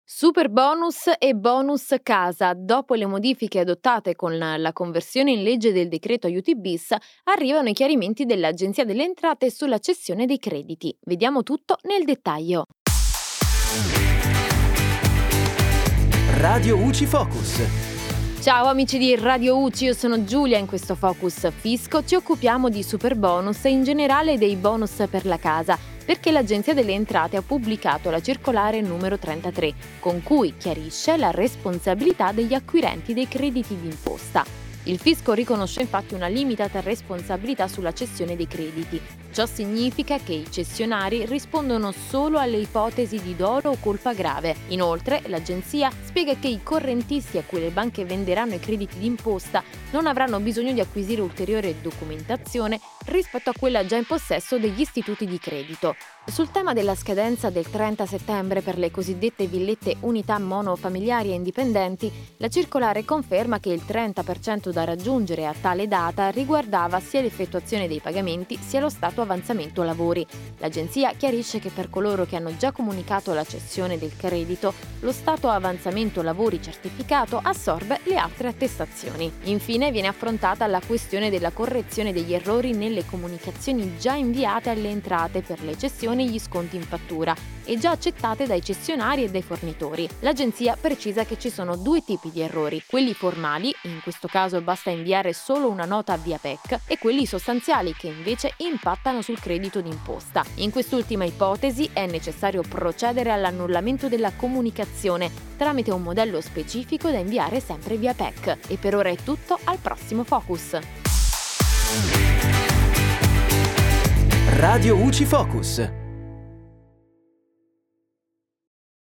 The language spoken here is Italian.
Super bonus e bonus casa. Dopo le modifiche adottate con la conversione in legge del decreto aiuti bis, arrivano i chiarimenti dell'Agenzia delle Entrate sulla cessione dei crediti. Vediamo tutto nel dettaglio. Radio UCI Focus. Ciao amici di Radio UCI, io sono Giulia. In questo Focus Fisco ci occupiamo di super bonus e in generale dei bonus per la casa, perché l'Agenzia delle Entrate ha pubblicato la circolare numero 33, con cui chiarisce la responsabilità degli acquirenti dei crediti d'imposta. Il fisco riconosce infatti una limitata responsabilità sulla cessione dei crediti. Ciò significa che i cessionari rispondono solo alle ipotesi di dolo o colpa grave. Inoltre, l'agenzia spiega che i correntisti a cui le banche venderanno i crediti d'imposta non avranno bisogno di acquisire ulteriore documentazione rispetto a quella già in possesso degli istituti di credito. Sul tema della scadenza del 30 settembre per le cosiddette villette unità monofamiliari e indipendenti, la circolare conferma che il 30% da raggiungere a tale data riguardava sia l'effettuazione dei pagamenti sia lo stato avanzamento lavori. L'agenzia chiarisce che per coloro che hanno già comunicato la cessione del credito, lo stato avanzamento lavori certificato assorbe le altre attestazioni. Infine viene affrontata la questione della correzione degli errori nelle comunicazioni già inviate alle entrate per le cessioni e gli sconti in fattura e già accettate dai cessionari e dai fornitori. L'agenzia precisa che ci sono due tipi di errori: quelli formali, in questo caso basta inviare solo una nota via PEC, e quelli sostanziali, che invece impattano sul credito d'imposta. In quest'ultima ipotesi è necessario procedere all'annullamento della comunicazione tramite un modello specifico da inviare sempre via PEC. E per ora è tutto, al prossimo Focus. Radio UCI Focus.